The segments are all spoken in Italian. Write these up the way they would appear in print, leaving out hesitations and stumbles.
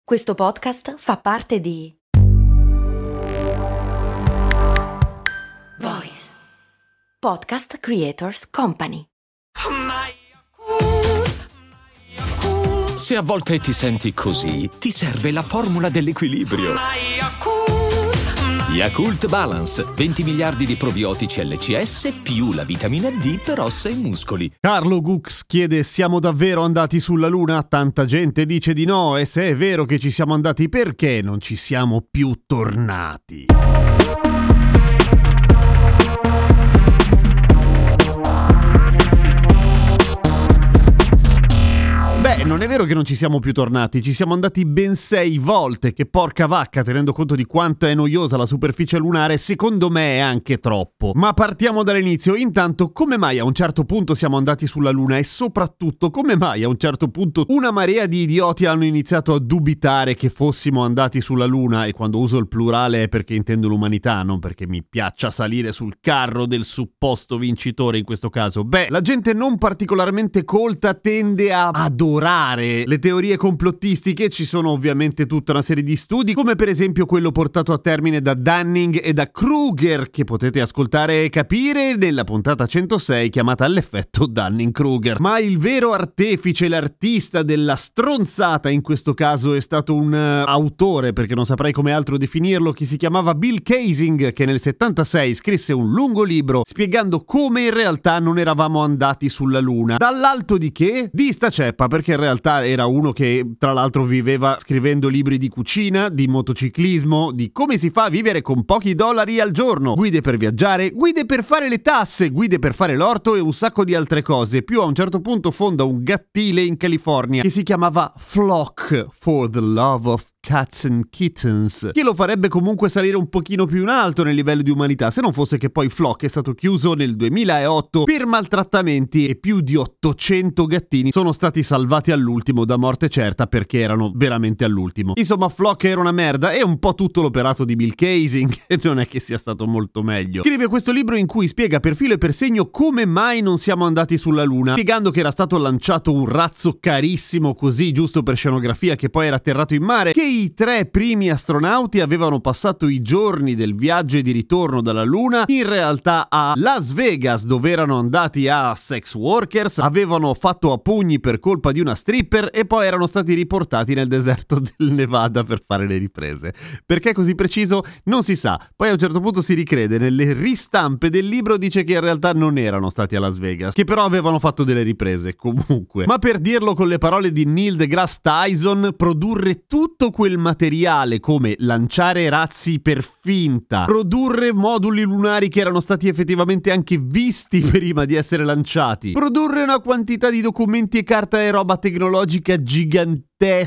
Questo podcast fa parte di Voice Podcast Creators Company. Se a volte ti senti così, ti serve la formula dell'equilibrio. Yakult Balance, 20 miliardi di probiotici LCS più la vitamina D per ossa e muscoli. Carlo Gux chiede: siamo davvero andati sulla Luna? Tanta gente dice di no, e se è vero che ci siamo andati, perché non ci siamo più tornati? Beh, non è vero che non ci siamo più tornati, ci siamo andati ben 6 volte, che porca vacca, tenendo conto di quanto è noiosa la superficie lunare, secondo me è anche troppo. Ma partiamo dall'inizio. Intanto, come mai a un certo punto siamo andati sulla Luna, e soprattutto come mai a un certo punto una marea di idioti hanno iniziato a dubitare che fossimo andati sulla Luna? E quando uso il plurale è perché intendo l'umanità, non perché mi piaccia salire sul carro del supposto vincitore in questo caso. Beh, la gente non particolarmente colta tende a adorare le teorie complottistiche. Ci sono ovviamente tutta una serie di studi, come per esempio quello portato a termine da Dunning e da Kruger, che potete ascoltare e capire nella puntata 106 chiamata L'effetto Dunning-Kruger. Ma il vero artefice, l'artista della stronzata in questo caso, è stato un autore, perché non saprei come altro definirlo, che si chiamava Bill Kaysing, che nel 76 scrisse un lungo libro spiegando come in realtà non eravamo andati sulla Luna. Dall'alto di che? Di sta ceppa, perché in realtà era uno che tra l'altro viveva scrivendo libri di cucina, di motociclismo, di come si fa a vivere con pochi dollari al giorno, guide per viaggiare, guide per fare le tasse, guide per fare l'orto e un sacco di altre cose. Più a un certo punto fonda un gattile in California che si chiamava Flock, for the love of Cats and Kittens, che lo farebbe comunque salire un pochino più in alto nel livello di umanità, se non fosse che poi Flock è stato chiuso nel 2008 per maltrattamenti e più di 800 gattini sono stati salvati all'ultimo da morte certa perché erano veramente all'ultimo. Insomma, Flock era una merda, e un po' tutto l'operato di Bill Kaysing e non è che sia stato molto meglio. Scrive questo libro in cui spiega per filo e per segno come mai non siamo andati sulla Luna, spiegando che era stato lanciato un razzo carissimo così giusto per scenografia, che poi era atterrato in mare, che i 3 primi astronauti avevano passato i giorni del viaggio di ritorno dalla Luna in realtà a Las Vegas, dove erano andati a sex workers, avevano fatto a pugni per colpa di una stripper e poi erano stati riportati nel deserto del Nevada per fare le riprese. Perché così preciso non si sa. Poi a un certo punto si ricrede, nelle ristampe del libro dice che in realtà non erano stati a Las Vegas, che però avevano fatto delle riprese comunque. Ma per dirlo con le parole di Neil deGrasse Tyson, produrre tutto quel materiale, come lanciare razzi per finta, produrre moduli lunari che erano stati effettivamente anche visti prima di essere lanciati, produrre una quantità di documenti e carta e roba tecnologica gigantesca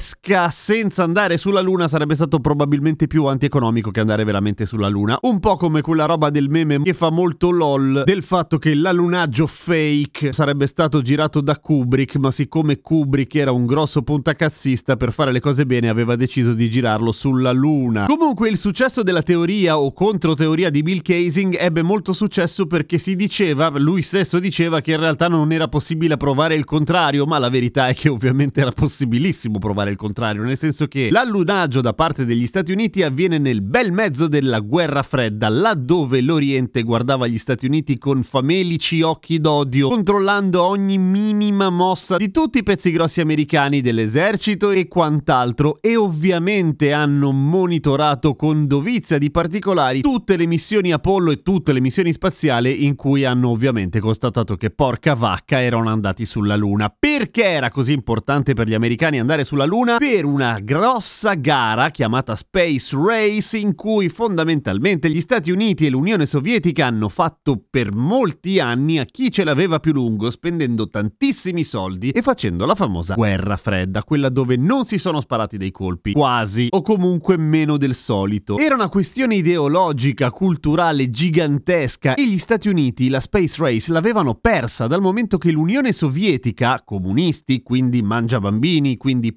senza andare sulla Luna, sarebbe stato probabilmente più antieconomico che andare veramente sulla Luna. Un po' come quella roba del meme che fa molto lol del fatto che l'allunaggio fake sarebbe stato girato da Kubrick, ma siccome Kubrick era un grosso puntacazzista, per fare le cose bene aveva deciso di girarlo sulla Luna. Comunque il successo della teoria o controteoria di Bill Kaysing ebbe molto successo perché si diceva, lui stesso diceva, che in realtà non era possibile provare il contrario, ma la verità è che ovviamente era possibilissimo provare il contrario, nel senso che l'allunaggio da parte degli Stati Uniti avviene nel bel mezzo della guerra fredda, laddove l'Oriente guardava gli Stati Uniti con famelici occhi d'odio, controllando ogni minima mossa di tutti i pezzi grossi americani dell'esercito e quant'altro, e ovviamente hanno monitorato con dovizia di particolari tutte le missioni Apollo e tutte le missioni spaziali, in cui hanno ovviamente constatato che porca vacca erano andati sulla Luna. Perché era così importante per gli americani andare sulla Luna? Per una grossa gara chiamata Space Race, in cui fondamentalmente gli Stati Uniti e l'Unione Sovietica hanno fatto per molti anni a chi ce l'aveva più lungo, spendendo tantissimi soldi e facendo la famosa guerra fredda, quella dove non si sono sparati dei colpi, quasi, o comunque meno del solito. Era una questione ideologica, culturale, gigantesca, e gli Stati Uniti la Space Race l'avevano persa dal momento che l'Unione Sovietica, comunisti, quindi mangiabambini, quindi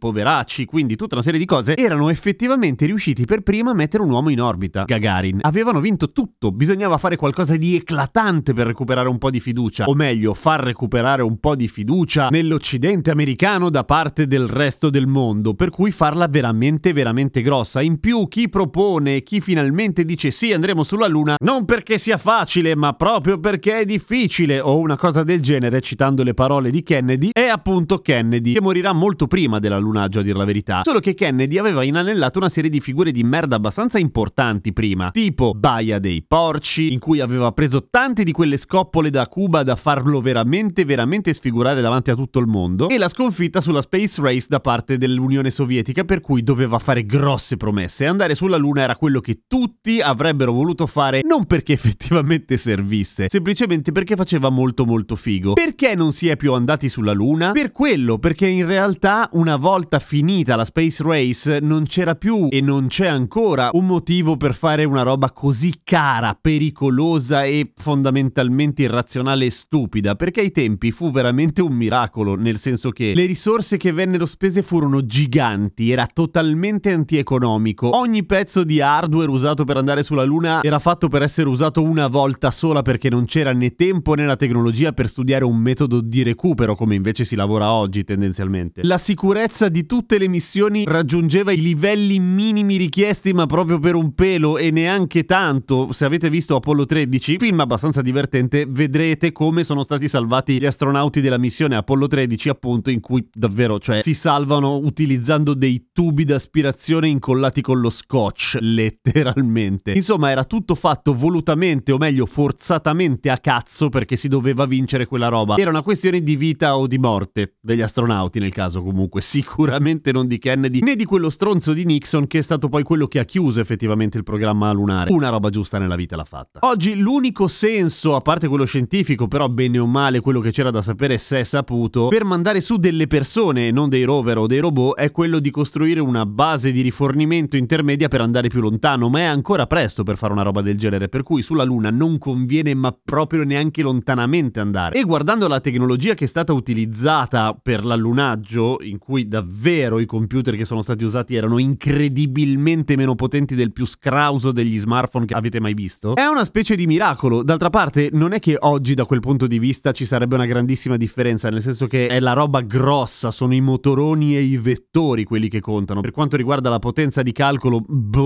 poveracci, quindi tutta una serie di cose, erano effettivamente riusciti per prima a mettere un uomo in orbita, Gagarin. Avevano vinto tutto, bisognava fare qualcosa di eclatante per recuperare un po' di fiducia, o meglio, far recuperare un po' di fiducia nell'occidente americano da parte del resto del mondo, per cui farla veramente veramente grossa. In più, chi propone, chi finalmente dice sì, andremo sulla Luna, non perché sia facile, ma proprio perché è difficile, o una cosa del genere, citando le parole di Kennedy, è appunto Kennedy, che morirà molto prima dell'allunaggio, a dir la verità. Solo che Kennedy aveva inanellato una serie di figure di merda abbastanza importanti prima, tipo Baia dei Porci, in cui aveva preso tante di quelle scoppole da Cuba da farlo veramente veramente sfigurare davanti a tutto il mondo, e la sconfitta sulla Space Race da parte dell'Unione Sovietica, per cui doveva fare grosse promesse. Andare sulla Luna era quello che tutti avrebbero voluto fare, non perché effettivamente servisse, semplicemente perché faceva molto molto figo. Perché non si è più andati sulla Luna? Per quello, perché in realtà una volta finita la Space Race non c'era più, e non c'è ancora, un motivo per fare una roba così cara, pericolosa e fondamentalmente irrazionale e stupida, perché ai tempi fu veramente un miracolo, nel senso che le risorse che vennero spese furono giganti, era totalmente antieconomico. Ogni pezzo di hardware usato per andare sulla Luna era fatto per essere usato una volta sola, perché non c'era né tempo né la tecnologia per studiare un metodo di recupero come invece si lavora oggi tendenzialmente. La sicurezza di tutte le missioni raggiungeva i livelli minimi richiesti, ma proprio per un pelo, e neanche tanto. Se avete visto Apollo 13, film abbastanza divertente, vedrete come sono stati salvati gli astronauti della missione Apollo 13, appunto, in cui davvero, cioè, si salvano utilizzando dei tubi d'aspirazione incollati con lo scotch, letteralmente. Insomma, era tutto fatto volutamente, o meglio forzatamente a cazzo, perché si doveva vincere quella roba. Era una questione di vita o di morte degli astronauti, nel caso comunque, sicuramente non di Kennedy né di quello stronzo di Nixon, che è stato poi quello che ha chiuso effettivamente il programma lunare. Una roba giusta nella vita l'ha fatta. Oggi l'unico senso, a parte quello scientifico, però bene o male quello che c'era da sapere se è saputo, per mandare su delle persone, non dei rover o dei robot, è quello di costruire una base di rifornimento intermedia per andare più lontano, ma è ancora presto per fare una roba del genere, per cui sulla Luna non conviene ma proprio neanche lontanamente andare. E guardando la tecnologia che è stata utilizzata per l'allunaggio, in cui davvero i computer che sono stati usati erano incredibilmente meno potenti del più scrauso degli smartphone che avete mai visto, è una specie di miracolo. D'altra parte non è che oggi da quel punto di vista ci sarebbe una grandissima differenza, nel senso che è la roba grossa, sono i motoroni e i vettori quelli che contano. Per quanto riguarda la potenza di calcolo,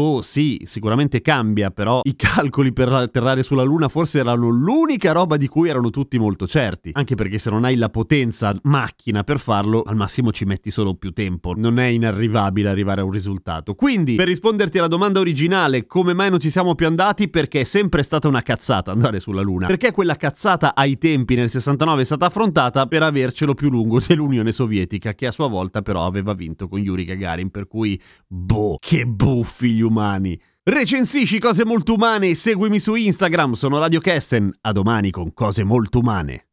sì, sicuramente cambia, però i calcoli per atterrare sulla Luna forse erano l'unica roba di cui erano tutti molto certi, anche perché se non hai la potenza macchina per farlo, al massimo ci metti solo più tempo, non è inarrivabile arrivare a un risultato. Quindi, per risponderti alla domanda originale, come mai non ci siamo più andati? Perché è sempre stata una cazzata andare sulla Luna, perché quella cazzata ai tempi nel 69 è stata affrontata per avercelo più lungo dell'Unione Sovietica, che a sua volta però aveva vinto con Yuri Gagarin, per cui che buffi gli umani. Recensisci Cose Molto Umane e seguimi su Instagram, sono Radio Kesten, a domani con Cose Molto Umane.